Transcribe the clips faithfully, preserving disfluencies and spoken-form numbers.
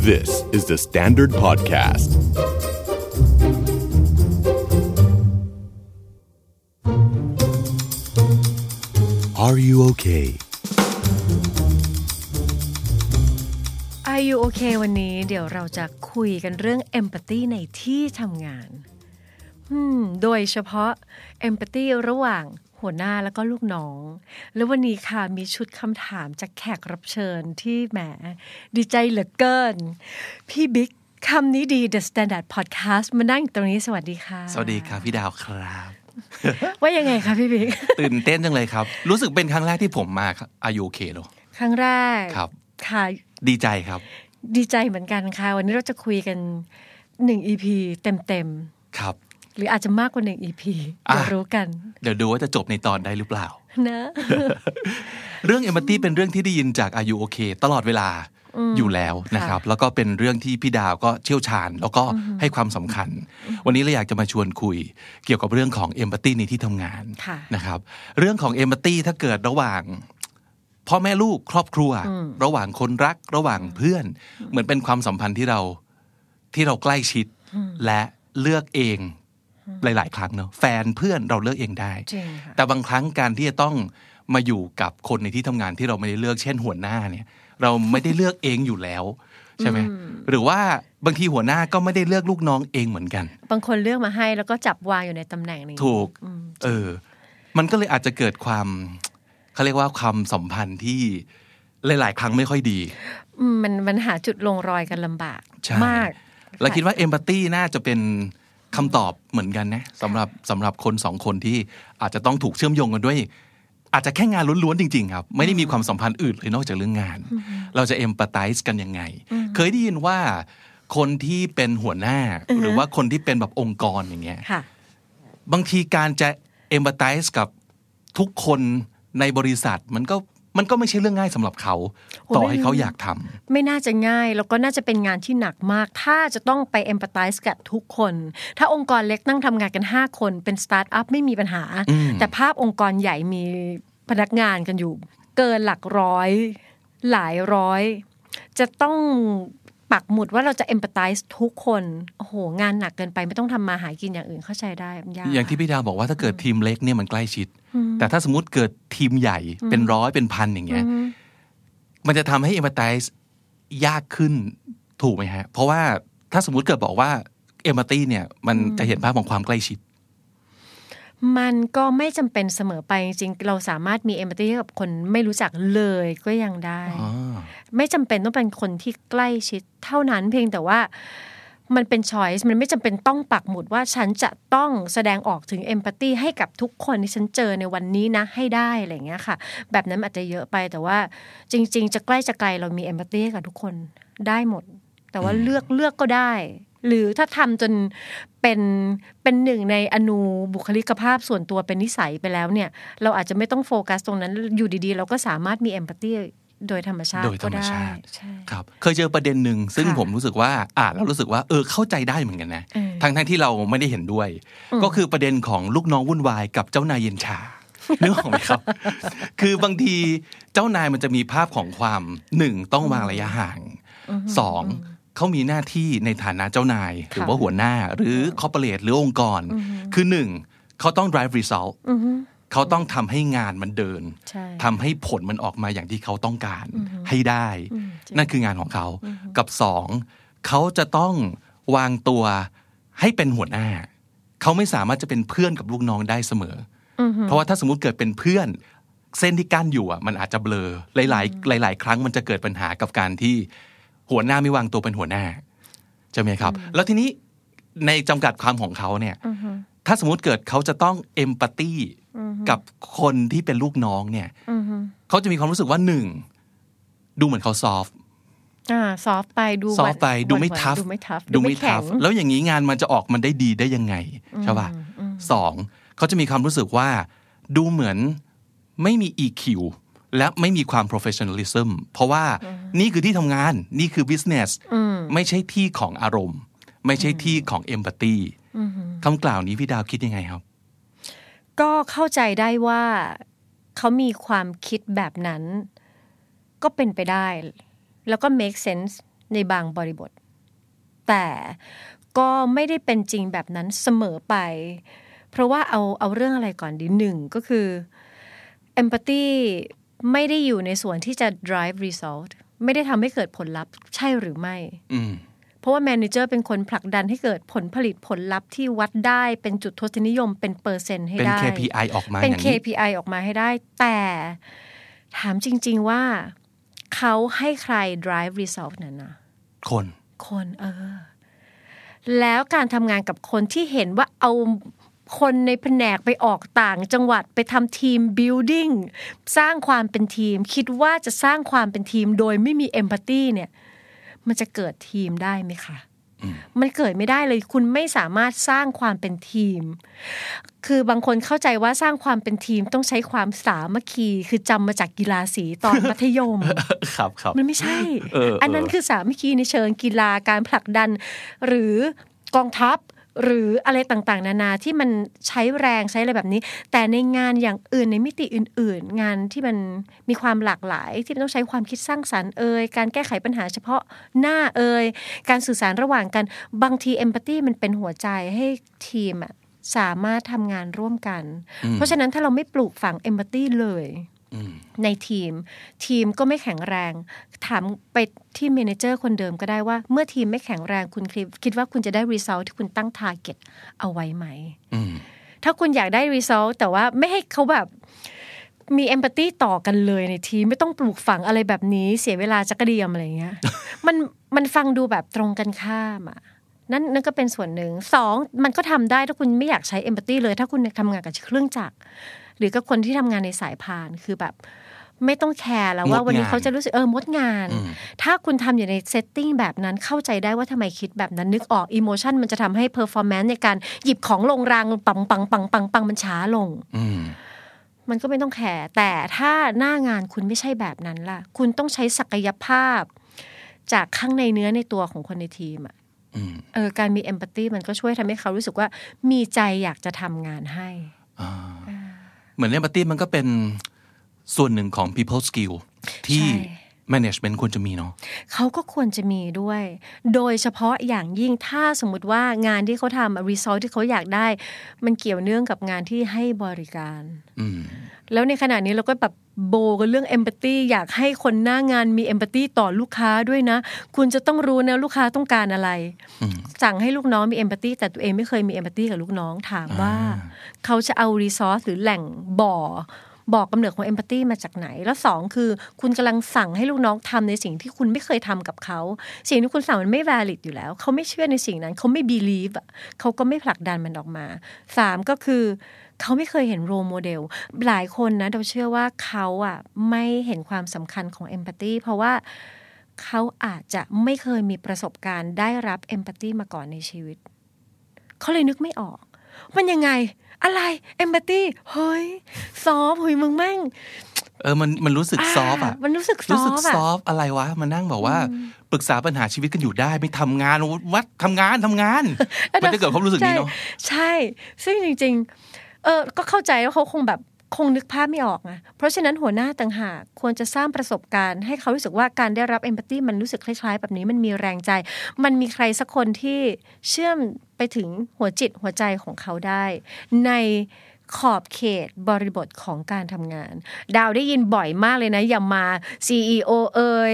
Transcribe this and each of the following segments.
This is the Standard Podcast. Are you okay? Are you okay วันนี้เดี๋ยวเราจะคุยกันเรื่อง empathy ในที่ทำงานอืมโดยเฉพาะ empathy ระหว่างหัวหน้าแล้วก็ลูกน้องแล้ววันนี้ค่ะมีชุดคำถามจากแขกรับเชิญที่แหมดีใจเหลือเกินพี่บิ๊กคำนี้ดี The Standard Podcast มานั่งตรงนี้สวัสดีค่ะสวัสดีครับพี่ดาวครับว่ายังไงคะพี่บิ๊กตื่นเต้นจังเลยครับรู้สึกเป็นครั้งแรกที่ผมมาครับอายุโอเคเหรอครั้งแรกครับค่ะดีใจครับดีใจเหมือนกันค่ะวันนี้เราจะคุยกันหนึ่ง อี พี เต็มๆครับหรืออาจจะมากกว่าหนึ่ง อี พี เดี๋ยวรู้กันเดี๋ยวดูว่าจะจบในตอนได้หรือเปล่านะเรื่อง empathy เป็นเรื่องที่ได้ยินจากอายุโอเคตลอดเวลาอยู่แล้วนะครับแล้วก็เป็นเรื่องที่พี่ดาวก็เชี่ยวชาญแล้วก็ให้ความสำคัญวันนี้เราอยากจะมาชวนคุยเกี่ยวกับเรื่องของ empathy ในที่ทำงานนะครับเรื่องของ empathy ถ้าเกิดระหว่างพ่อแม่ลูกครอบครัวระหว่างคนรักระหว่างเพื่อนเหมือนเป็นความสัมพันธ์ที่เราที่เราใกล้ชิดและเลือกเองหลายๆครั้งเนอะแฟนเพื่อนเราเลือกเองได้แต่บางครั้งการที่จะต้องมาอยู่กับคนในที่ทำงานที่เราไม่ได้เลือกเช่นหัวหน้าเนี่ยเราไม่ได้เลือกเองอยู่แล้วใช่ไหมหรือว่าบางทีหัวหน้าก็ไม่ได้เลือกลูกน้องเองเหมือนกันบางคนเลือกมาให้แล้วก็จับวางอยู่ในตำแหน่งนี้ถูกเออมันก็เลยอาจจะเกิดความเขาเรียกว่าความสัมพันธ์ที่หลายๆครั้งไม่ค่อยดีมันมันหาจุดลงรอยกันลำบากมากเราคิดว่า empathy น่าจะเป็นคำตอบเหมือนกันนะสำหรับสำหรับคนสองคนที่อาจจะต้องถูกเชื่อมโยงกันด้วยอาจจะแค่งานล้วนๆจริงๆครับไม่ได้มีความสัมพันธ์อื่นเลยนอกจากเรื่องงานเราจะ empathize กันยังไงเคยได้ยินว่าคนที่เป็นหัวหน้าหรือว่าคนที่เป็นแบบองค์กรอย่างเงี้ยบางทีการจะ empathize กับทุกคนในบริษัทมันก็มันก็ไม่ใช่เรื่องง่ายสำหรับเขาต่อให้เขาอยากทำไม่น่าจะง่ายแล้วก็น่าจะเป็นงานที่หนักมากถ้าจะต้องไป empathize กับทุกคนถ้าองค์กรเล็กนั่งทำงานกันห้าคนเป็นสตาร์ทอัพไม่มีปัญหาแต่ภาพองค์กรใหญ่มีพนักงานกันอยู่เกินหลักร้อยหลายร้อยจะต้องปักหมุดว่าเราจะ empathize ทุกคนโอ้โหงานหนักเกินไปไม่ต้องทำมาหากินอย่างอื่นเข้าใจได้ยากอย่างที่พี่ดาวบอกว่าถ้าเกิดทีมเล็กเนี่ยมันใกล้ชิดแต่ถ้าสมมติเกิดทีมใหญ่เป็นร้อยเป็นพันอย่างเงี้ยมันจะทำให้ empathize ยากขึ้นถูกไหมฮะเพราะว่าถ้าสมมติเกิดบอกว่า empathy เนี่ยมันจะเห็นภาพของความใกล้ชิดมันก็ไม่จำเป็นเสมอไปจริงๆเราสามารถมี empathy กับคนไม่รู้จักเลยก็ยังได้ไม่จำเป็นต้องเป็นคนที่ใกล้ชิดเท่านั้นเพียงแต่ว่ามันเป็น choice มันไม่จำเป็นต้องปักหมุดว่าฉันจะต้องแสดงออกถึง empathy ให้กับทุกคนที่ฉันเจอในวันนี้นะให้ได้อะไรอย่างเงี้ยค่ะแบบนั้นอาจจะเยอะไปแต่ว่าจริงๆจะใกล้จะไกลเรามี empathy กับทุกคนได้หมดแต่ว่าเลือกเลือกก็ได้หรือถ้าทำจนเป็นเป็นหนึ่งในอนูบุคลิกภาพส่วนตัวเป็นนิสัยไปแล้วเนี่ยเราอาจจะไม่ต้องโฟกัสตรงนั้นอยู่ดีๆเราก็สามารถมี empathy โดยธรรมชาติก็ได้ครับเคยเจอประเด็นหนึ่งซึ่งผมรู้สึกว่าอ่านแล้วรู้สึกว่าเออเข้าใจได้เหมือนกันนะทั้งทั้งที่เราไม่ได้เห็นด้วยก็คือประเด็นของลูกน้องวุ่นวายกับเจ้านายเย็นชาเรื่องของไหมครับคือบางทีเจ้านายมันจะมีภาพของความหนึ่งต้องวางระยะห่างสองเขามีหน้าที่ในฐานะเจ้านายหรือว่าหัวหน้าหรือคอร์ปอเรทหรือองค์กรคือหนึ่งเขาต้อง drive resultเขาต้องทำให้งานมันเดินทำให้ผลมันออกมาอย่างที่เขาต้องการให้ได้นั่นคืองานของเขากับสองเขาจะต้องวางตัวให้เป็นหัวหน้าเขาไม่สามารถจะเป็นเพื่อนกับลูกน้องได้เสมอเพราะว่าถ้าสมมุติเกิดเป็นเพื่อนเส้นที่กั้นอยู่อ่ะมันอาจจะเบลอหลายๆหลายๆครั้งมันจะเกิดปัญหากับการที่หัวหน้าไม่วางตัวเป็นหัวหน้าใช่ไหมครับแล้วทีนี้ในจำกัดความของเขาเนี่ยถ้าสมมุติเกิดเขาจะต้องเอมพัตตีกับคนที่เป็นลูกน้องเนี่ยเขาจะมีความรู้สึกว่าหนึ่งดูเหมือนเขาซอฟต์อ่าซอฟต์ไปดูซอฟต์ไปดูไม่ทัฟดูไม่ทัฟดูไม่ทัฟแล้วอย่างนี้งานมันจะออกมันได้ดีได้ยังไงใช่ป่ะสองเขาจะมีความรู้สึกว่าดูเหมือนไม่มี อี คิว และไม่มีความ professionalism เพราะว่านี่คือที่ทำงานนี่คือ business ไม่ใช่ที่ของอารมณ์ไม่ใช่ที่ของ empathy คำกล่าวนี้พี่ดาวคิดยังไงครับก็เข้าใจได้ว่าเขามีความคิดแบบนั้นก็เป็นไปได้แล้วก็ make sense ในบางบริบทแต่ก็ไม่ได้เป็นจริงแบบนั้นเสมอไปเพราะว่าเอาเอาเรื่องอะไรก่อนดีหนึ่งก็คือ empathy ไม่ได้อยู่ในส่วนที่จะ drive result ไม่ได้ทำให้เกิดผลลัพธ์ใช่หรือไม่เพราะว่า manager เป็นคนผลักดันให้เกิดผลผลิตผลลัพธ์ที่วัดได้เป็นจุดทศนิยมเป็นเปอร์เซ็นต์ให้ได้เป็น เค พี ไอ ออกมาเป็น เค พี ไอ ออกมาให้ได้แต่ถามจริงๆว่าเขาให้ใคร drive result นั้นนะคนคนเออแล้วการทำงานกับคนที่เห็นว่าเอาคนในแผนกไปออกต่างจังหวัดไปทำทีม building สร้างความเป็นทีมคิดว่าจะสร้างความเป็นทีมโดยไม่มี empathy เนี่ยมันจะเกิดทีมได้ไหมคะมันเกิดไม่ได้เลยคุณไม่สามารถสร้างความเป็นทีมคือบางคนเข้าใจว่าสร้างความเป็นทีมต้องใช้ความสามัคคีคือจำมาจากกีฬาสีตอนมัธยมครับครับมันไม่ใช่ อันนั้นคือสามัคคีในเชิงกีฬาการผลักดันหรือกองทัพหรืออะไรต่างๆนานาที่มันใช้แรงใช้อะไรแบบนี้แต่ในงานอย่างอื่นในมิติอื่นๆงานที่มันมีความหลากหลายที่ต้องใช้ความคิดสร้างสรรค์เอ่ยการแก้ไขปัญหาเฉพาะหน้าเอ่ยการสื่อสารระหว่างกันบางทีเอมพัตตีมันเป็นหัวใจให้ทีมอะสามารถทำงานร่วมกันเพราะฉะนั้นถ้าเราไม่ปลูกฝังเอมพัตตีเลยในทีมทีมก็ไม่แข็งแรงถามไปที่เมเนเจอร์คนเดิมก็ได้ว่าเมื่อทีมไม่แข็งแรงคุณคิดว่าคุณจะได้ result ที่คุณตั้ง target เอาไว้ไหมถ้าคุณอยากได้ result แต่ว่าไม่ให้เขาแบบมี empathy ต่อกันเลยในทีมไม่ต้องปลูกฝังอะไรแบบนี้เสียเวลาจักระเดียมอะไรเงี้ย มันมันฟังดูแบบตรงกันข้ามอ่ะนั่นนั่นก็เป็นส่วนหนึ่งสองมันก็ทำได้ถ้าคุณไม่อยากใช้ empathy เลยถ้าคุณทำงานกับเครื่องจักรหรือกับคนที่ทำงานในสายพานคือแบบไม่ต้องแคร์แล้วว่าวันนี้เขาจะรู้สึกเออมดงานถ้าคุณทำอยู่ในเซตติ้งแบบนั้นเข้าใจได้ว่าทำไมคิดแบบนั้นนึกออกอิโมชันมันจะทำให้เพอร์ฟอร์แมนซ์ในการหยิบของลงรางปังปังปังปังปังมันช้าลงมันก็ไม่ต้องแคร์แต่ถ้าหน้างานคุณไม่ใช่แบบนั้นล่ะคุณต้องใช้ศักยภาพจากข้างในเนื้อในตัวของคนในทีมอ่ะเออการมีเอมพัตตีมันก็ช่วยทำให้เขารู้สึกว่ามีใจอยากจะทำงานให้เหมือนเอมพัตตีมันก็เป็นส่วนหนึ่งของ people skill ที่ management ควรจะมีเนาะเขาก็ควรจะมีด้วยโดยเฉพาะอย่างยิ่งถ้าสมมุติว่างานที่เขาทำ result ที่เขาอยากได้มันเกี่ยวเนื่องกับงานที่ให้บริการแล้วในขณะนี้เราก็แบบโบกันเรื่อง empathy อยากให้คนหน้างานมี empathy ต่อลูกค้าด้วยนะคุณจะต้องรู้นะลูกค้าต้องการอะไรสั่งให้ลูกน้องมี empathy แต่ตัวเองไม่เคยมี empathy กับลูกน้องถามว่าเขาจะเอา resource หรือแหล่งบ่อบอกกำเนิดของ empathy มาจากไหนแล้วสองคือคุณกำลังสั่งให้ลูกน้องทำในสิ่งที่คุณไม่เคยทำกับเขาสิ่งที่คุณสั่งมันไม่ valid อยู่แล้วเขาไม่เชื่อในสิ่งนั้นเขาไม่ believe อ่ะเขาก็ไม่ผลักดันมันออกมาสามก็คือเขาไม่เคยเห็น role model หลายคนนะเราเชื่อว่าเขาอ่ะไม่เห็นความสำคัญของ empathy เพราะว่าเขาอาจจะไม่เคยมีประสบการณ์ได้รับ empathy มาก่อนในชีวิตเขาเลยนึกไม่ออกมันยังไงอะไรเอมพัตตี้เฮ้ยซอฟหุยมึงแม่งเออมันมันรู้สึกซอฟอ่ะมันรู้สึกซอฟรู้สึกซอฟอะไรวะมานั่งบอกว่าปรึกษาปัญหาชีวิตกันอยู่ได้ไม่ทำงานวัดทำงานทำงานมันจะเกิดความรู้สึกนี้เนาะใช่ซึ่งจริงๆเออก็เข้าใจว่าเขาคงแบบคงนึกภาพไม่ออกนะเพราะฉะนั้นหัวหน้าต่างหากควรจะสร้างประสบการณ์ให้เขารู้สึกว่าการได้รับเอมพัตตีมันรู้สึกคล้ายๆแบบนี้มันมีแรงใจมันมีใครสักคนที่เชื่อมไปถึงหัวจิตหัวใจของเขาได้ในขอบเขตบริบทของการทำงานดาวได้ยินบ่อยมากเลยนะอย่ามา ซี อี โอ เอ่ย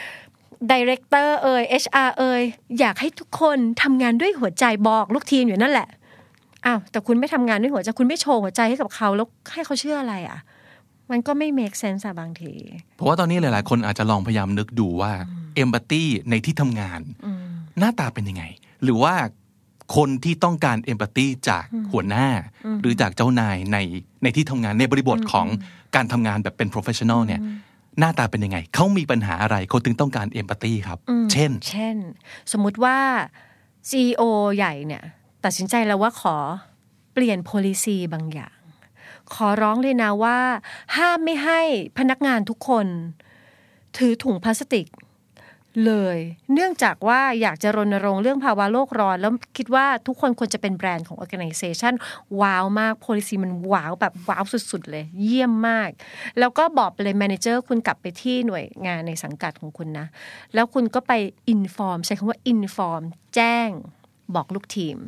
Director เอ่ย เอช อาร์ เอ่ยอยากให้ทุกคนทำงานด้วยหัวใจบอกลูกทีมอยู่นั่นแหละอ้าวแต่คุณไม่ทำงานด้วยหัวใจคุณไม่โชว์หัวใจให้กับเขาแล้วให้เขาเชื่ออะไรอ่ะมันก็ไม่ make sense บางทีเพราะว่าตอนนี้หลายๆคนอาจจะลองพยายามนึกดูว่า empathy ในที่ทำงานหน้าตาเป็นยังไงหรือว่าคนที่ต้องการ empathy จากหัวหน้าหรือจากเจ้านายในในที่ทำงานในบริบทของการทำงานแบบเป็น professional เนี่ยหน้าตาเป็นยังไงเขามีปัญหาอะไรเขาถึงต้องการ empathy ครับเช่นเช่นสมมุติว่า ซี อี โอ ใหญ่เนี่ยตัดสินใจแล้วว่าขอเปลี่ยน policy บางอย่างขอร้องเลยนะว่าห้ามไม่ให้พนักงานทุกคนถือถุงพลาสติกเลยเนื่องจากว่าอยากจะรณรงค์เรื่องภาวะโลกร้อนแล้วคิดว่าทุกคนควรจะเป็นแบรนด์ของ organization ว้าวมาก policy มันว้าวแบบว้าวสุดๆเลยเยี่ยมมากแล้วก็บอกไปเลย manager คุณกลับไปที่หน่วยงานในสังกัดของคุณนะแล้วคุณก็ไป inform ใช้คำว่า inform แจ้งบอกลูกทีม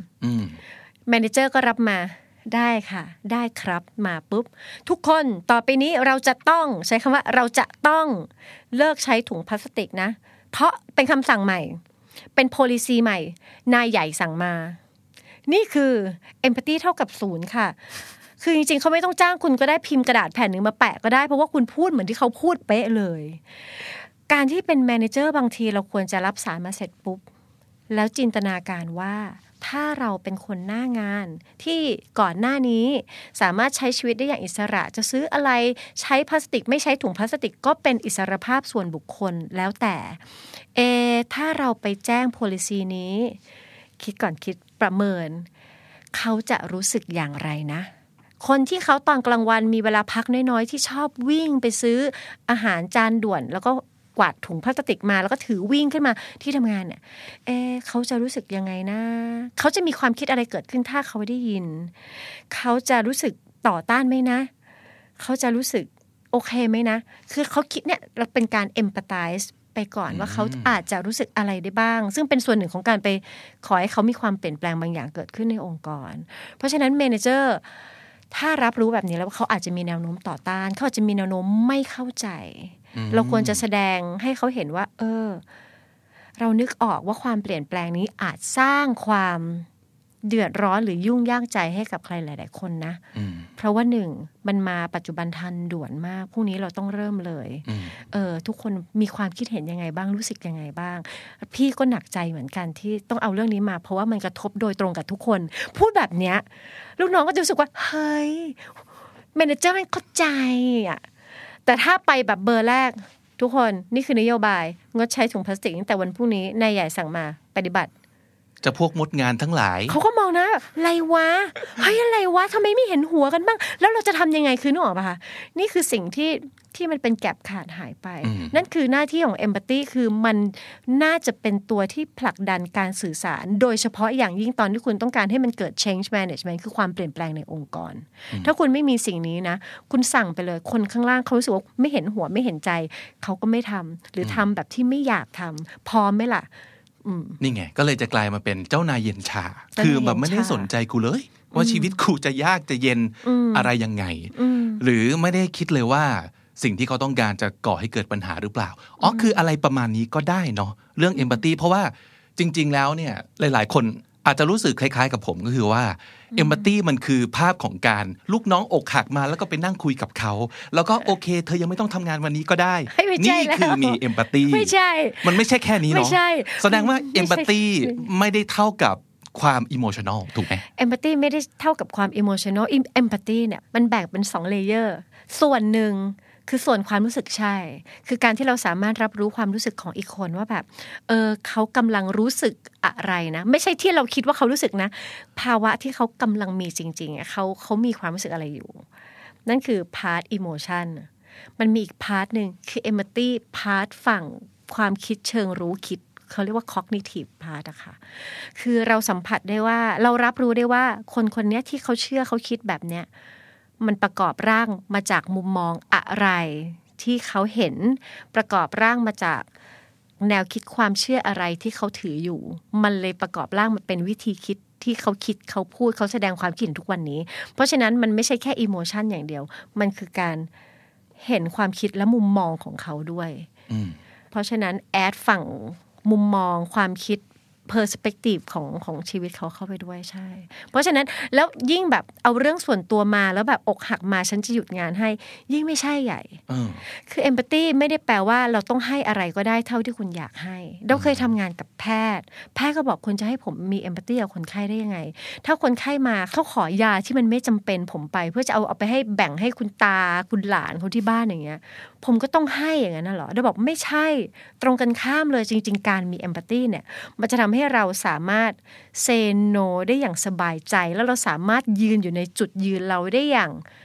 manager ก็รับมาได้ค่ะได้ครับมาปุ๊บทุกคนต่อไปนี้เราจะต้องใช้คำว่าเราจะต้องเลิกใช้ถุงพลาสติกนะเพราะเป็นคำสั่งใหม่เป็น policy ใหม่นายใหญ่สั่งมานี่คือ empathy เท่ากับศูนย์ค่ะคือจริงๆเขาไม่ต้องจ้างคุณก็ได้พิมพ์กระดาษแผ่นหนึ่งมาแปะก็ได้เพราะว่าคุณพูดเหมือนที่เขาพูดเป๊ะเลยการที่เป็น manager บางทีเราควรจะรับสารมาเสร็จปุ๊บแล้วจินตนาการว่าถ้าเราเป็นคนหน้างานที่ก่อนหน้านี้สามารถใช้ชีวิตได้อย่างอิสระจะซื้ออะไรใช้พลาสติกไม่ใช้ถุงพลาสติกก็เป็นอิสรภาพส่วนบุคคลแล้วแต่เอถ้าเราไปแจ้ง policy นี้คิดก่อนคิดประเมินเขาจะรู้สึกอย่างไรนะคนที่เขาตอนกลางวันมีเวลาพักน้อยๆที่ชอบวิ่งไปซื้ออาหารจานด่วนแล้วก็กวาดถุงพลาสติกมาแล้วก็ถือวิ่งขึ้นมาที่ทำงานเนี่ยเอ๊ะเขาจะรู้สึกยังไงนะเขาจะมีความคิดอะไรเกิดขึ้นถ้าเขาได้ยินเขาจะรู้สึกต่อต้านไหมนะเขาจะรู้สึกโอเคไหมนะคือเขาคิดเนี่ยเราเป็นการ empathize ไปก่อนว่าเขาอาจจะรู้สึกอะไรได้บ้างซึ่งเป็นส่วนหนึ่งของการไปขอให้เขามีความเปลี่ยนแปลงบางอย่างเกิดขึ้นในองค์กรเพราะฉะนั้น manager ถ้ารับรู้แบบนี้แล้วเขาอาจจะมีแนวโน้มต่อต้านเขาอาจจะมีแนวโน้มไม่เข้าใจเราควรจะแสดงให้เขาเห็นว่าเออเรานึกออกว่าความเปลี่ยนแปลงนี้อาจสร้างความเดือดร้อนหรือยุ่งยากใจให้กับใครหลายๆคนนะเพราะว่าหนึ่งมันมาปัจจุบันทันด่วนมากพรุ่งนี้เราต้องเริ่มเลยเออทุกคนมีความคิดเห็นยังไงบ้างรู้สึกยังไงบ้างพี่ก็หนักใจเหมือนกันที่ต้องเอาเรื่องนี้มาเพราะว่ามันกระทบโดยตรงกับทุกคนพูดแบบเนี้ยลูกน้องก็จะรู้สึกว่าเฮ้ยแมเนเจอร์มันเข้าใจอ่ะแต่ถ้าไปแบบเบอร์แรกทุกคนนี่คือนโยบายงดใช้ถุงพลาสติกตั้งแต่วันพรุ่งนี้นายใหญ่สั่งมาปฏิบัติจะพวกมดงานทั้งหลายเขาก็มองนะอะไรวะเฮ้ยอะไรวะทำไมไม่เห็นหัวกันบ้างแล้วเราจะทำยังไงคือนึกออกป่ะคะนี่คือสิ่งที่ที่มันเป็นแก็บขาดหายไปนั่นคือหน้าที่ของ empathy คือมันน่าจะเป็นตัวที่ผลักดันการสื่อสารโดยเฉพาะอย่างยิ่งตอนที่คุณต้องการให้มันเกิด change management คือความเปลี่ยนแปลงในองค์กรถ้าคุณไม่มีสิ่งนี้นะคุณสั่งไปเลยคนข้างล่างเขารู้สึกว่าไม่เห็นหัวไม่เห็นใจเขาก็ไม่ทำหรือทำแบบที่ไม่อยากทำพร้อมไหมล่ะนี่ไงก็เลยจะกลายมาเป็นเจ้านายเย็นชาคือแบบไม่ได้สนใจกูเลยว่าชีวิตกูจะยากจะเย็นอะไรยังไงหรือไม่ได้คิดเลยว่าสิ่งที่เขาต้องการจะก่อให้เกิดปัญหาหรือเปล่าอ๋อคืออะไรประมาณนี้ก็ได้เนาะเรื่องเอมพัตตีเพราะว่าจริงๆแล้วเนี่ยหลายๆคนอาจจะรู้สึกคล้ายๆกับผมก็คือว่าเอมพัตตีมันคือภาพของการลูกน้องอกหักมาแล้วก็ไปนั่งคุยกับเขาแล้วก็โอเคเธอยังไม่ต้องทำงานวันนี้ก็ได้นี่คือมีเอมพัตตีไม่ใช่มันไม่ใช่แค่นี้เนาะแสดงว่าเอมพัตตีไม่ได้เท่ากับความอิโมชันนอลถูกไหมเอมพัตตีไม่ได้เท่ากับความอิโมชันนอลเอมพัตตีเนี่ยมันแบ่งเป็นสองเลเยอร์ส่วนหนึ่งคือส่วนความรู้สึกใช่คือการที่เราสามารถรับรู้ความรู้สึกของอีกคนว่าแบบเออเขากำลังรู้สึกอะไรนะไม่ใช่ที่เราคิดว่าเขารู้สึกนะภาวะที่เขากำลังมีจริงๆเขาเขามีความรู้สึกอะไรอยู่นั่นคือ part emotion มันมีอีก part นึงคือ empathy part ฝั่งความคิดเชิงรู้คิดเขาเรียกว่า cognitive part อะค่ะคือเราสัมผัสได้ว่าเรารับรู้ได้ว่าคนคนนี้ที่เขาเชื่อเขาคิดแบบเนี้ยมันประกอบร่างมาจากมุมมองอะไรที่เขาเห็นประกอบร่างมาจากแนวคิดความเชื่ออะไรที่เขาถืออยู่มันเลยประกอบร่างมาเป็นวิธีคิดที่เขาคิดเขาพูดเขาแสดงความคิดทุกวันนี้เพราะฉะนั้นมันไม่ใช่แค่อิโมชันอย่างเดียวมันคือการเห็นความคิดและมุมมองของเขาด้วยเพราะฉะนั้นแอดฝั่งมุมมองความคิดperspective ของของชีวิตเขาเข้าไปด้วยใช่เพราะฉะนั้นแล้วยิ่งแบบเอาเรื่องส่วนตัวมาแล้วแบบอกหักมาฉันจะหยุดงานให้ยิ่งไม่ใช่ใหญ่คือ empathy ไม่ได้แปลว่าเราต้องให้อะไรก็ได้เท่าที่คุณอยากให้เราเคยทำงานกับแพทย์แพทย์ก็บอกคุณจะให้ผมมี empathy กับคนไข้ได้ยังไงถ้าคนไข้มาเขาขอยาที่มันไม่จำเป็นผมไปเพื่อจะเอาเอาไปให้แบ่งให้คุณตาคุณหลานเขาที่บ้านอย่างเงี้ยผมก็ต้องให้อย่างนั้นน่ะเหรอเราบอกไม่ใช่ตรงกันข้ามเลยจริงๆการมี empathy เนี่ยมันจะทำให้เราสามารถ say no ได้อย่างสบายใจแล้วเราสามารถยืนอยู่ในจุดยืนเราได้อย่าง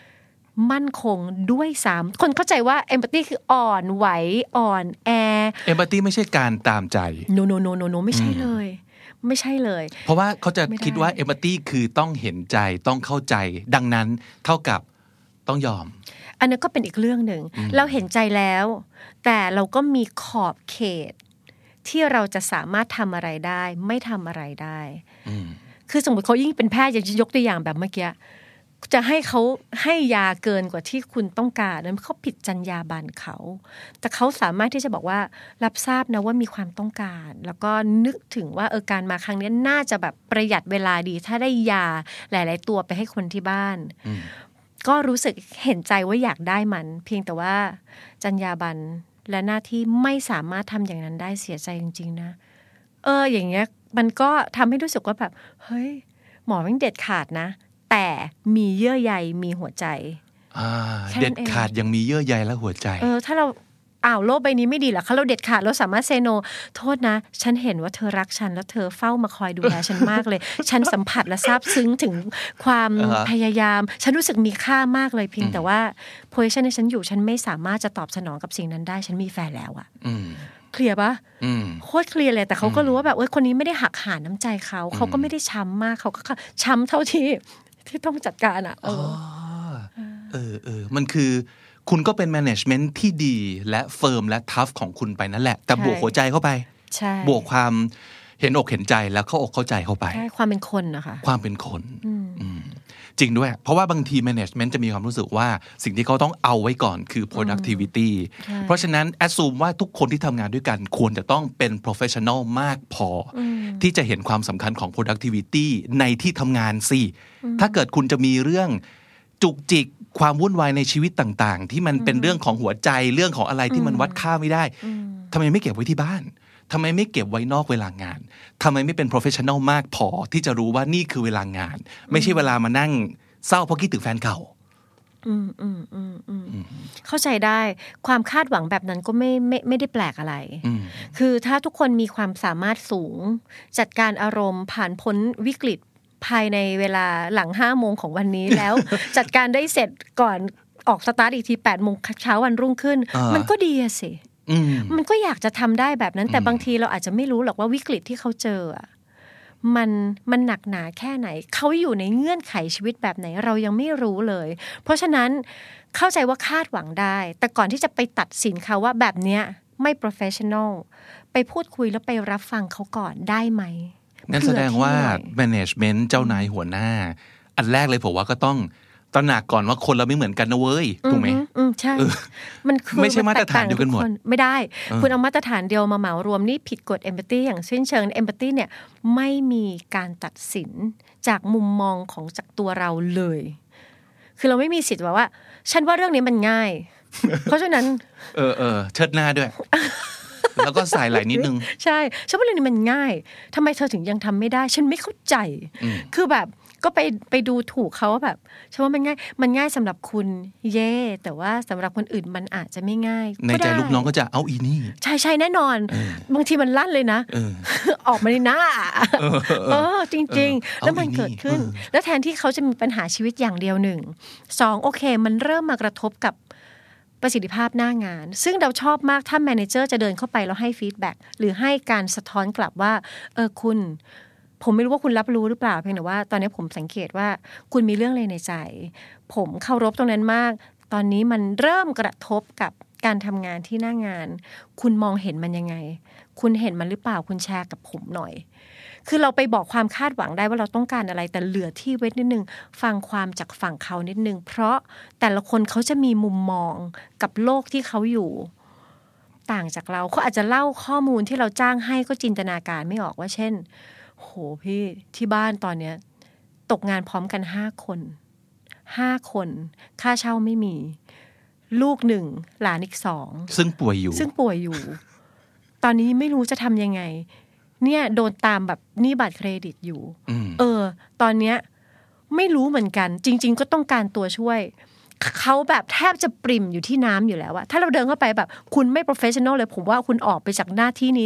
มั่นคงด้วยซ้ำคนเข้าใจว่า empathy คืออ่อนไหวอ่อนแอ empathy ไม่ใช่การตามใจ no no no no no ไม่ใช่เลยไม่ใช่เลยเพราะว่าเขาจะคิดว่า empathy คือต้องเห็นใจต้องเข้าใจดังนั้นเท่ากับต้องยอมอันนั้นก็เป็นอีกเรื่องหนึ่งเราเห็นใจแล้วแต่เราก็มีขอบเขตที่เราจะสามารถทำอะไรได้ไม่ทำอะไรได้คือสมมติเขายิ่งเป็นแพทย์อย่างยกตัวอย่างแบบเมื่อกี้จะให้เขาให้ยาเกินกว่าที่คุณต้องการนั้นเขาผิดจรรยาบรรณเขาแต่เขาสามารถที่จะบอกว่ารับทราบนะว่ามีความต้องการแล้วก็นึกถึงว่าเออการมาครั้งนี้น่าจะแบบประหยัดเวลาดีถ้าได้ยาหลายๆตัวไปให้คนที่บ้านก็รู้สึกเห็นใจว่าอยากได้มันเพียงแต่ว่าจรรยาบรรณและหน้าที่ไม่สามารถทำอย่างนั้นได้เสียใจจริงๆนะเอออย่างเงี้ยมันก็ทำให้รู้สึกว่าแบบเฮ้ยหมอมันเด็ดขาดนะแต่มีเยื่อใยมีหัวใจเด็ดขาดยังมีเยื่อใยและหัวใจเออถ้าเราอ้าวโลกใบนี้ไม่ดีหรอคะเราเด็ดขาดเราสามารถเซโนโทษนะฉันเห็นว่าเธอรักฉันแล้วเธอเฝ้ามาคอยดูแลฉันมากเลยฉันสัมผัสและซาบซึ้งถึงความพยายามฉันรู้สึกมีค่ามากเลยเพียงแต่ว่าโพซิชั่นที่ฉันอยู่ฉันไม่สามารถจะตอบสนองกับสิ่งนั้นได้ฉันมีแฟนแล้วอะเคลียร์ปะโคตรเคลียร์เลยแต่เขาก็รู้ว่าแบบเอ้ยคนนี้ไม่ได้หักหาน้ำใจเขาเขาก็ไม่ได้ช้ำมากเขาก็ช้ำเท่าที่ที่ต้องจัดการอ่ะเออเออเออมันคือคุณก็เป็นแมネจเมนต์ที่ดีและเฟิร์มและทัฟของคุณไปนั่นแหละแต่บวกหัวใจเข้าไปบวกความเห็นอกเห็นใจแล้วเข้าอกเข้าใจเข้าไปใช่ความเป็นคนนะคะความเป็นคนจริงด้วยเพราะว่าบางทีแมネจเมนต์จะมีความรู้สึกว่าสิ่งที่เขาต้องเอาไว้ก่อนคือ productivity เพราะฉะนั้น assume ว่าทุกคนที่ทำงานด้วยกันควรจะต้องเป็น professional มากพอที่จะเห็นความสำคัญของ productivity ในที่ทำงานสิถ้าเกิดคุณจะมีเรื่องจุกจิกความวุ่นวายในชีวิตต่างๆที่มันเป็นเรื่องของหัวใจเรื่องของอะไรที่มันวัดค่าไม่ได้ทำไมไม่เก็บไว้ที่บ้านทำไมไม่เก็บไว้นอกเวลางานทำไมไม่เป็น professional มากพอที่จะรู้ว่านี่คือเวลางานไม่ใช่เวลามานั่งเศร้าเพราะคิดถึงแฟนเก่าอืมอืมอืมอืมเข้าใจได้ความคาดหวังแบบนั้นก็ไม่ไม่ไม่ได้แปลกอะไรคือถ้าทุกคนมีความสามารถสูงจัดการอารมณ์ผ่านพ้นวิกฤตภายในเวลาหลังห้าโมงของวันนี้แล้ว จัดการได้เสร็จก่อนออกสตาร์ทอีกทีแปดโมงเช้าวันรุ่งขึ้นมันก็ดีอะสิมันก็อยากจะทำได้แบบนั้นแต่บางทีเราอาจจะไม่รู้หรอกว่าวิกฤตที่เขาเจอมันมันหนักหนาแค่ไหนเขาอยู่ในเงื่อนไขชีวิตแบบไหนเรายังไม่รู้เลยเพราะฉะนั้นเข้าใจว่าคาดหวังได้แต่ก่อนที่จะไปตัดสินเขาว่าแบบเนี้ยไม่ professional ไปพูดคุยแล้วไปรับฟังเขาก่อนได้ไหมงั้นแสดงว่า management เจ้านายหัวหน้าอันแรกเลยผมว่าก็ต้องตระหนักก่อนว่าคนเราไม่เหมือนกันนะเว้ยถูกไหมอืมใช่มันคือไม่ใช่มาตรฐานเดียวกันหมดไม่ได้คุณเอามาตรฐานเดียวมาเหมารวมนี่ผิดกฎ empathy อย่างสิ้นเชิง empathy เนี่ยไม่มีการตัดสินจากมุมมองของจากตัวเราเลยคือเราไม่มีสิทธิ์ว่าฉันว่าเรื่องนี้มันง่ายเพราะฉะนั้นเออเออเชิดหน้าด้วยแล้วก็ใส่ไหลนิดนึงใช่ฉันว่าเรื่องนี้มันง่ายทำไมเธอถึงยังทำไม่ได้ฉันไม่เข้าใจคือแบบก็ไปไปดูถูกเขาว่าแบบฉันว่ามันง่ายมันง่ายสำหรับคุณเย่แต่ว่าสำหรับคนอื่นมันอาจจะไม่ง่ายในใจลูกน้องก็จะเอาอีนี่ใช่ใช่แน่นอนบางทีมันลั่นเลยนะออกมาในหน้าเออจริงๆแล้วมันเกิดขึ้นแล้วแทนที่เขาจะมีปัญหาชีวิตอย่างเดียวหนึ่งสองโอเคมันเริ่มมากระทบกับประสิทธิภาพหน้างานซึ่งเราชอบมากถ้าแมเนเจอร์จะเดินเข้าไปแล้วให้ฟีดแบ็กหรือให้การสะท้อนกลับว่าเออคุณผมไม่รู้ว่าคุณรับรู้หรือเปล่าเพียงแต่ว่าตอนนี้ผมสังเกตว่าคุณมีเรื่องอะไรในใจผมเคารพตรงนั้นมากตอนนี้มันเริ่มกระทบกับการทำงานที่หน้างานคุณมองเห็นมันยังไงคุณเห็นมันหรือเปล่าคุณแชร์กับผมหน่อยคือเราไปบอกความคาดหวังได้ว่าเราต้องการอะไรแต่เหลือที่ไว้นิดนึงฟังความจากฝั่งเขานิดนึงเพราะแต่ละคนเขาจะมีมุมมองกับโลกที่เขาอยู่ต่างจากเราเขาอาจจะเล่าข้อมูลที่เราจ้างให้ก็จินตนาการไม่ออกว่าเช่นโหพี่ที่บ้านตอนเนี้ยตกงานพร้อมกันห้าคนห้าคนค่าเช่าไม่มีลูกหนึ่งหลานอีกสองซึ่งป่วยอยู่ซึ่งป่วยอยู่ตอนนี้ไม่รู้จะทำยังไงเนี่ยโดนตามแบบหนี้บัตรเครดิตอยู่เออตอนเนี้ยไม่รู้เหมือนกันจริงๆก็ต้องการตัวช่วยเขาแบบแทบจะปริ่มอยู่ที่น้ำอยู่แล้วอะถ้าเราเดินเข้าไปแบบคุณไม่ professional เลยผมว่าคุณออกไปจากหน้าที่นี้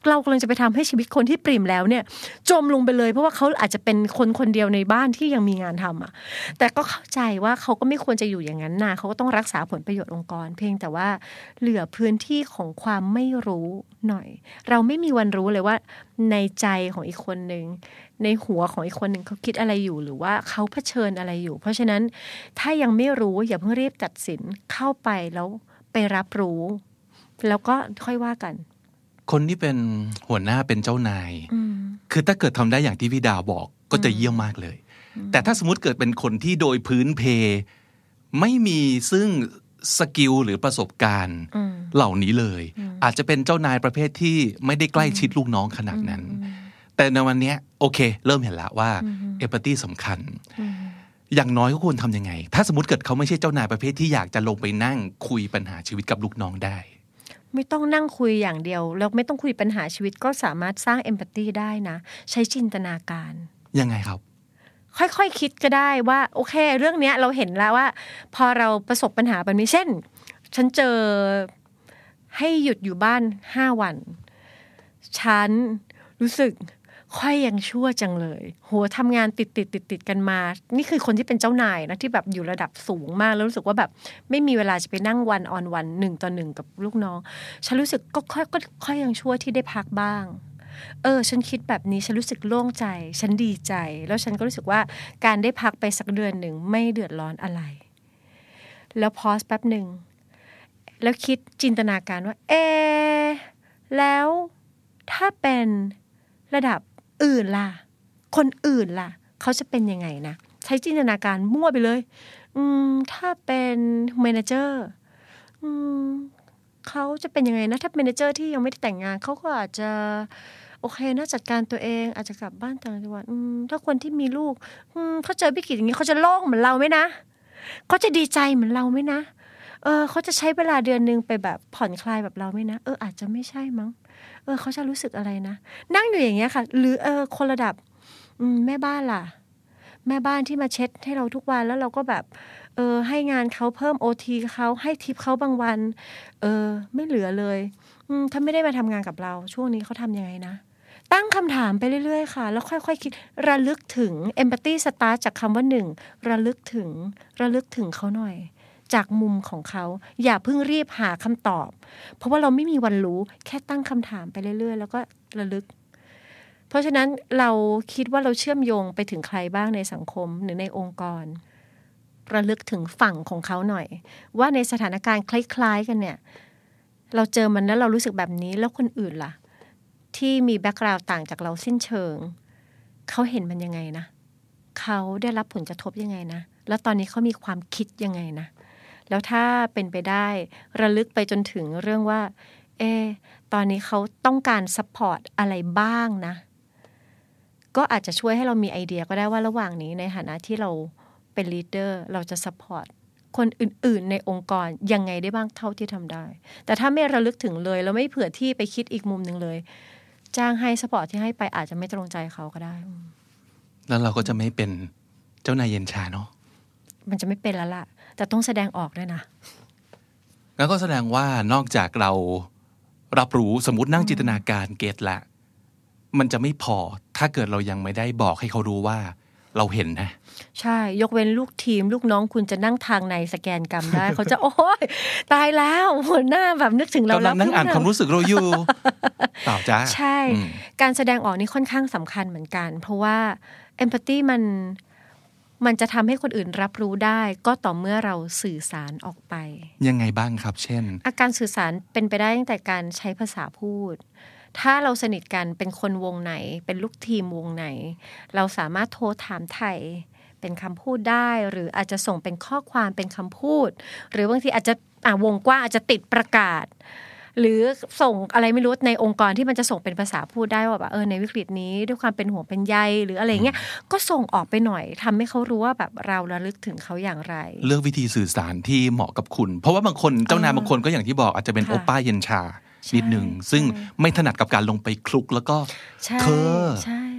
เรากำลังจะไปทำให้ชีวิตคนที่ปริ่มแล้วเนี่ยจมลงไปเลยเพราะว่าเขาอาจจะเป็นคนคนเดียวในบ้านที่ยังมีงานทำอ่ะแต่ก็เข้าใจว่าเขาก็ไม่ควรจะอยู่อย่างนั้นนะเขาก็ต้องรักษาผลประโยชน์องค์กรเพียงแต่ว่าเหลือพื้นที่ของความไม่รู้หน่อยเราไม่มีวันรู้เลยว่าในใจของอีกคนนึงในหัวของอีกคนนึงเขาคิดอะไรอยู่หรือว่าเขาเผชิญอะไรอยู่เพราะฉะนั้นถ้ายังไม่รู้อย่าเพิ่งรีบตัดสินเข้าไปแล้วไปรับรู้แล้วก็ค่อยว่ากันคนที่เป็นหัวหน้าเป็นเจ้านายคือถ้าเกิดทำได้อย่างที่พี่ดาวบอกก็จะเยี่ยมมากเลยแต่ถ้าสมมติเกิดเป็นคนที่โดยพื้นเพไม่มีซึ่งสกิลหรือประสบการณ์เหล่านี้เลยอาจจะเป็นเจ้านายประเภทที่ไม่ได้ใกล้ชิดลูกน้องขนาดนั้นแต่ในวันนี้โอเคเริ่มเห็นแล้วว่าเอมพัตตี้สำคัญอย่างน้อยก็ควรทำยังไงถ้าสมมติเกิดเขาไม่ใช่เจ้านายประเภทที่อยากจะลงไปนั่งคุยปัญหาชีวิตกับลูกน้องได้ไม่ต้องนั่งคุยอย่างเดียวแล้วไม่ต้องคุยปัญหาชีวิตก็สามารถสร้างเอมพัตตีได้นะใช้จินตนาการยังไงครับค่อยๆ ค, คิดก็ได้ว่าโอเคเรื่องนี้เราเห็นแล้วว่าพอเราประสบปัญหาแบบนี้เช่นฉันเจอให้หยุดอยู่บ้านห้าวันฉันรู้สึกค่อยยังชั่วจังเลยโหทำงานติดติดติดติดกันมานี่คือคนที่เป็นเจ้านายนะที่แบบอยู่ระดับสูงมากแล้วรู้สึกว่าแบบไม่มีเวลาจะไปนั่งวันออนวันหนึ่งต่อหนึ่งกับลูกน้องฉันรู้สึกก็ค่อยก็ค่อยยังชั่วที่ได้พักบ้างเออฉันคิดแบบนี้ฉันรู้สึกโล่งใจฉันดีใจแล้วฉันก็รู้สึกว่าการได้พักไปสักเดือนหนึ่งไม่เดือดร้อนอะไรแล้วพอสแป๊บหนึ่งแล้วคิดจินตนาการว่าเอแล้วถ้าเป็นระดับอื่นล่ะคนอื่นล่ะเขาจะเป็นยังไงนะใช้จินตนาการมั่วไปเลยอืมถ้าเป็นแมเนเจอร์อืมเขาจะเป็นยังไงนะถ้าแมเนเจอร์ที่ยังไม่ได้แต่งงานเขาก็อาจจะโอเคน่าจัดการตัวเองอาจจะกลับบ้านต่างจังหวัดอืมถ้าคนที่มีลูกอืมเขาเจอวิกฤตอย่างนี้เขาจะโล่งเหมือนเราไหมนะเขาจะดีใจเหมือนเราไหมนะเออเขาจะใช้เวลาเดือนนึงไปแบบผ่อนคลายแบบเราไหมนะเอออาจจะไม่ใช่มั้งเออเขาจะรู้สึกอะไรนะนั่งอยู่อย่างเงี้ยค่ะหรือเออคนระดับแม่บ้านล่ะแม่บ้านที่มาเช็ดให้เราทุกวันแล้วเราก็แบบเออให้งานเขาเพิ่ม โอ ที เขาให้ทิปเขาบางวันเออไม่เหลือเลยถ้าไม่ได้มาทำงานกับเราช่วงนี้เขาทำยังไงนะตั้งคำถามไปเรื่อยๆค่ะแล้วค่อยๆ ค, คิดระลึกถึง empathy start จากคำว่าหนึ่งระลึกถึงระลึกถึงเขาหน่อยจากมุมของเขาอย่าเพิ่งรีบหาคำตอบเพราะว่าเราไม่มีวันรู้แค่ตั้งคำถามไปเรื่อยๆแล้วก็ระลึกเพราะฉะนั้นเราคิดว่าเราเชื่อมโยงไปถึงใครบ้างในสังคมหรือในองค์กรระลึกถึงฝั่งของเขาหน่อยว่าในสถานการณ์คล้ายๆกันเนี่ยเราเจอมันแล้วเรารู้สึกแบบนี้แล้วคนอื่นล่ะที่มีแบ็คกราวด์ต่างจากเราสิ้นเชิงเขาเห็นมันยังไงนะเขาได้รับผลกระทบยังไงนะแล้วตอนนี้เขามีความคิดยังไงนะแล้วถ้าเป็นไปได้ระลึกไปจนถึงเรื่องว่าเออตอนนี้เขาต้องการซัพพอร์ตอะไรบ้างนะก็อาจจะช่วยให้เรามีไอเดียก็ได้ว่าระหว่างนี้ในฐานะที่เราเป็นลีดเดอร์เราจะซัพพอร์ตคนอื่นๆในองค์กรยังไงได้บ้างเท่าที่ทำได้แต่ถ้าไม่ระลึกถึงเลยแล้วไม่เผื่อที่ไปคิดอีกมุมนึงเลยจ้างให้ซัพพอร์ตที่ให้ไปอาจจะไม่ตรงใจเขาก็ได้แล้วเราก็จะไม่เป็นเจ้านายเย็นชาเนาะมันจะไม่เป็นแล้วล่ะแต่ต้องแสดงออกด้วยนะแล้วก็แสดงว่านอกจากเรารับรู้สมมุตินั่งจินตนาการเก็ทละมันจะไม่พอถ้าเกิดเรายังไม่ได้บอกให้เขารู้ว่าเราเห็นนะใช่ยกเว้นลูกทีมลูกน้องคุณจะนั่งทางในสแกนกรรมได้ เขาจะโอ๊ยตายแล้วหัวหน้าแบบนึกถึงเราแล้วนั่งอ่านความรู้สึกเราอยู่เปล่าจ้าใช่การแสดงออกนี่ค่อนข้างสำคัญเหมือนกันเพราะว่าเอมพัตตีมันมันจะทำให้คนอื่นรับรู้ได้ก็ต่อเมื่อเราสื่อสารออกไปยังไงบ้างครับเช่นอาการสื่อสารเป็นไปได้ตั้งแต่การใช้ภาษาพูดถ้าเราสนิทกันเป็นคนวงไหนเป็นลูกทีมวงไหนเราสามารถโทรถามไถ่เป็นคำพูดได้หรืออาจจะส่งเป็นข้อความเป็นคำพูดหรือบางทีอาจจะอ่ะวงกว้างอาจจะติดประกาศหรือส่งอะไรไม่รู้ในองค์กรที่มันจะส่งเป็นภาษาพูดได้ว่าแบบเออในวิกฤตนี้ด้วยความเป็นห่วงเป็นใยหรืออะไรเงี้ยก็ส่งออกไปหน่อยทำให้เขารู้ว่าแบบเราระลึกถึงเขาอย่างไรเลือกวิธีสื่อสารที่เหมาะกับคุณเพราะว่าบางคนเจ้านายบางคนก็อย่างที่บอกอาจจะเป็นโอป้าเย็นชานิดหนึ่งซึ่งไม่ถนัดกับการลงไปคลุกแล้วก็เคอ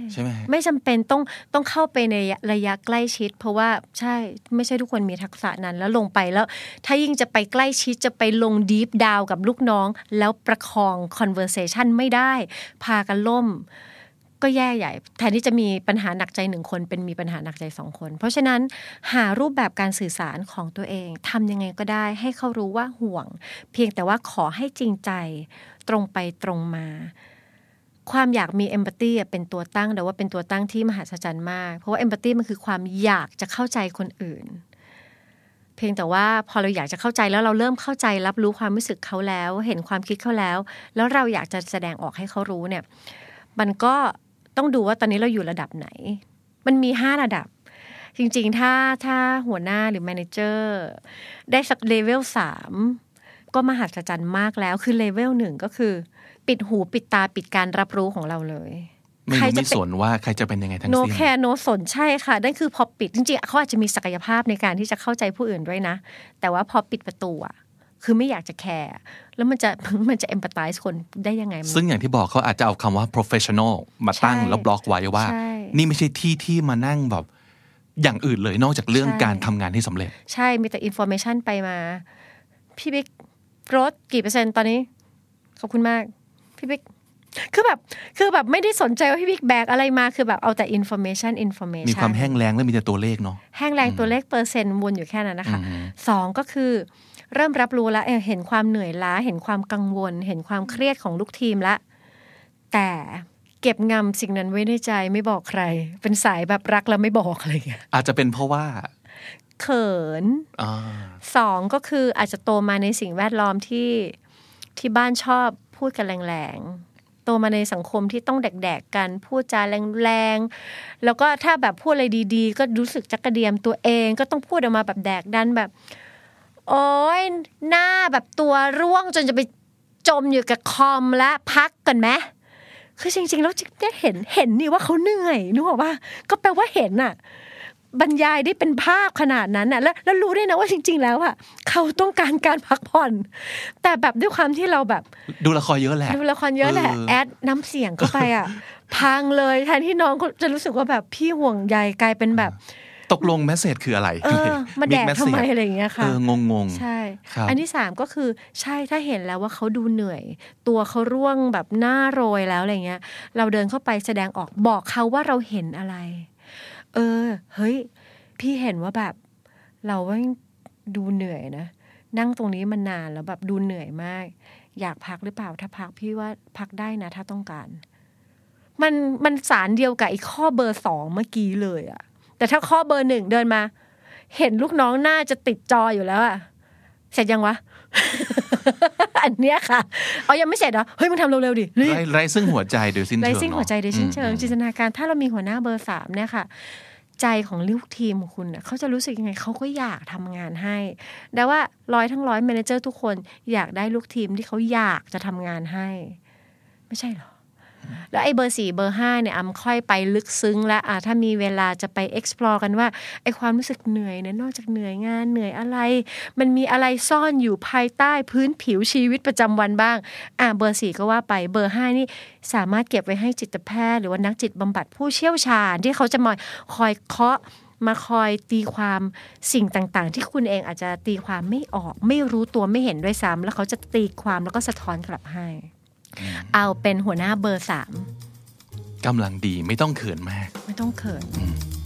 ใช่ไหมไม่จำเป็นต้องต้องเข้าไปในระยะใกล้ชิดเพราะว่าใช่ไม่ใช่ทุกคนมีทักษะนั้นแล้วลงไปแล้วถ้ายิ่งจะไปใกล้ชิดจะไปลง deep down กับลูกน้องแล้วประคอง conversation ไม่ได้พากันล่มก็แย่ใหญ่แทนที่จะมีปัญหาหนักใจหนึ่งคนเป็นมีปัญหาหนักใจสองคนเพราะฉะนั้นหารูปแบบการสื่อสารของตัวเองทำยังไงก็ได้ให้เขารู้ว่าห่วงเพียงแต่ว่าขอให้จริงใจตรงไปตรงมาความอยากมีเอมพัตตีเป็นตัวตั้งแต่ว่าเป็นตัวตั้งที่มหัศจรรย์มากเพราะว่าเอมพัตตีมันคือความอยากจะเข้าใจคนอื่นเพียงแต่ว่าพอเราอยากจะเข้าใจแล้วเราเริ่มเข้าใจรับรู้ความรู้สึกเขาแล้วเห็นความคิดเขาแล้วแล้วเราอยากจะแสดงออกให้เขารู้เนี่ยมันก็ต้องดูว่าตอนนี้เราอยู่ระดับไหนมันมีห้าระดับจริงๆถ้าถ้าหัวหน้าหรือแมเนเจอร์ได้สักเลเวลสามก็มหัศจรรย์มากแล้วคือเลเวลหนึ่งก็คือปิดหูปิดตาปิดการรับรู้ของเราเลยไม่รู้ไม่สนว่าใครจะเป็นยังไงทั้งสิ้น no care no สนใช่ค่ะนั่นคือพอปิดจริงๆเขาอาจจะมีศักยภาพในการที่จะเข้าใจผู้อื่นด้วยนะแต่ว่าพอปิดประตูอะคือไม่อยากจะแคร์แล้วมันจะมันจะ empathize คนได้ยังไงซึ่งอย่างที่บอกเขาอาจจะเอาคำว่า professional มาตั้งแล้วบล็อกไว้ว่านี่ไม่ใช่ที่ที่มานั่งแบบอย่างอื่นเลยนอกจากเรื่องการทำงานที่สำเร็จใช่มีแต่ information ไปมาพี่บิ๊กรถกี่เปอร์เซ็นต์ตอนนี้ขอบคุณมากพี่บิ๊กคือแบบคือแบบไม่ได้สนใจว่าพี่บิ๊กแบกอะไรมาคือแบบเอาแต่ information information มีความแห้งแล้งและมีแต่ตัวเลขเนาะแห้งแล้งตัวเลขเปอร์เซ็นต์วนอยู่แค่นั้นนะคะสองก็คือเริ่มรับรู้แล้วเห็นความเหนื่อยล้าเห็นความกังวลเห็นความเครียดของลูกทีมละแต่เก็บงำสิ่งนั้นไว้ในใจไม่บอกใครเป็นสายแบบรักแล้วไม่บอกอะไรอย่างเงี้ยอาจจะเป็นเพราะว่าเขินสองก็คืออาจจะโตมาในสิ่งแวดล้อมที่ที่บ้านชอบพูดกันแรงๆโตมาในสังคมที่ต้องแดกๆกันพูดจาแรงๆแล้วก็ถ้าแบบพูดอะไรดีๆก็รู้สึกจักกระเดียมตัวเองก็ต้องพูดออกมาแบบแดกดันแบบโอ๊ยหน้าแบบตัวร่วงจนจะไปจมอยู่กับคอมและพักกันไหมคือจริงๆแล้วจะเห็นเห็นนี่ว่าเขาเหนื่อยนึกออกป่ะก็แปลว่าเห็นอ่ะบรรยายได้เป็นภาพขนาดนั้นน่ะแล้วแล้วรู้ด้วยนะว่าจริงๆแล้วอ่ะเขาต้องการการพักผ่อนแต่แบบด้วยความที่เราแบบดูละครเยอะแหละดูละครเยอะแหละแอดน้ำเสียงเข้าไปอ่ะพังเลยแทนที่น้องจะรู้สึกว่าแบบพี่ห่วงใยกลายเป็นแบบตกลงเมสเสจคืออะไรเออมาแดกทำไมอะไรอย่างเงี้ยค่ะเอองงๆใช่อันที่สามก็คือใช่ถ้าเห็นแล้วว่าเขาดูเหนื่อยตัวเขาร่วงแบบหน้าโรยแล้วอะไรเงี้ยเราเดินเข้าไปแสดงออกบอกเขาว่าเราเห็นอะไรเออเฮ้ยพี่เห็นว่าแบบเราว่าดูเหนื่อยนะนั่งตรงนี้มานานแล้วแบบดูเหนื่อยมากอยากพักหรือเปล่าถ้าพักพี่ว่าพักได้นะถ้าต้องการมันมันสารเดียวกับไอ้ข้อเบอร์สองเมื่อกี้เลยอะแต่ถ้าข้อเบอร์หนึ่งเดินมาเห็นลูกน้องหน้าจะติดจออยู่แล้วอะเสร็จยังวะ อันเนี้ยค่ะเอายังไม่เสร็จเหรอเฮ้ยมึงทำเร็วๆดิไร้ไร้ซึ่งหัวใจโดยสิ้นเชิงไร้ซึ่งหัวใจโดยสิ้นเชิงจินตนาการถ้าเรามีหัวหน้าเบอร์สามเนี่ยค่ะใจของลูกทีมของคุณน่ะเขาจะรู้สึกยังไงเขาก็อยากทำงานให้แต่ว่าร้อยทั้งร้อยแมเนเจอร์ทุกคนอยากได้ลูกทีมที่เขาอยากจะทำงานให้ไม่ใช่หรอแล้วไอ้เบอร์สี่เบอร์ห้าเนี่ยอำค่อยไปลึกซึ้งแล้วอ่ะถ้ามีเวลาจะไป explore กันว่าไอ้ความรู้สึกเหนื่อยเนี่ยนอกจากเหนื่อยงานเหนื่อยอะไรมันมีอะไรซ่อนอยู่ภายใต้พื้นผิวชีวิตประจำวันบ้างอ่ะเบอร์สี่ก็ว่าไปเบอร์ห้านี่สามารถเก็บไว้ให้จิตแพทย์หรือว่านักจิตบำบัดผู้เชี่ยวชาญที่เขาจะมาคอยเคาะมาคอยตีความสิ่งต่างๆที่คุณเองอาจจะตีความไม่ออกไม่รู้ตัวไม่เห็นด้วยซ้ำแล้วเขาจะตีความแล้วก็สะท้อนกลับให้เอาเป็นหัวหน้าเบอร์สามกำลังดีไม่ต้องเขินมากไม่ต้องเขิน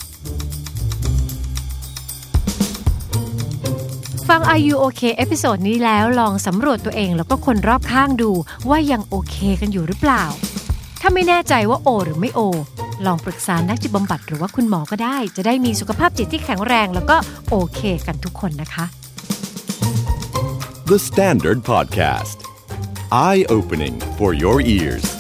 ฟัง Are You Okay เอพิโซดนี้แล้วลองสำรวจตัวเองแล้วก็คนรอบข้างดูว่ายังโอเคกันอยู่หรือเปล่าถ้าไม่แน่ใจว่าโอหรือไม่โอลองปรึกษานักจิตบำบัดหรือว่าคุณหมอก็ได้จะได้มีสุขภาพจิตที่แข็งแรงแล้วก็โอเคกันทุกคนนะคะ The Standard Podcast Eye-opening for your ears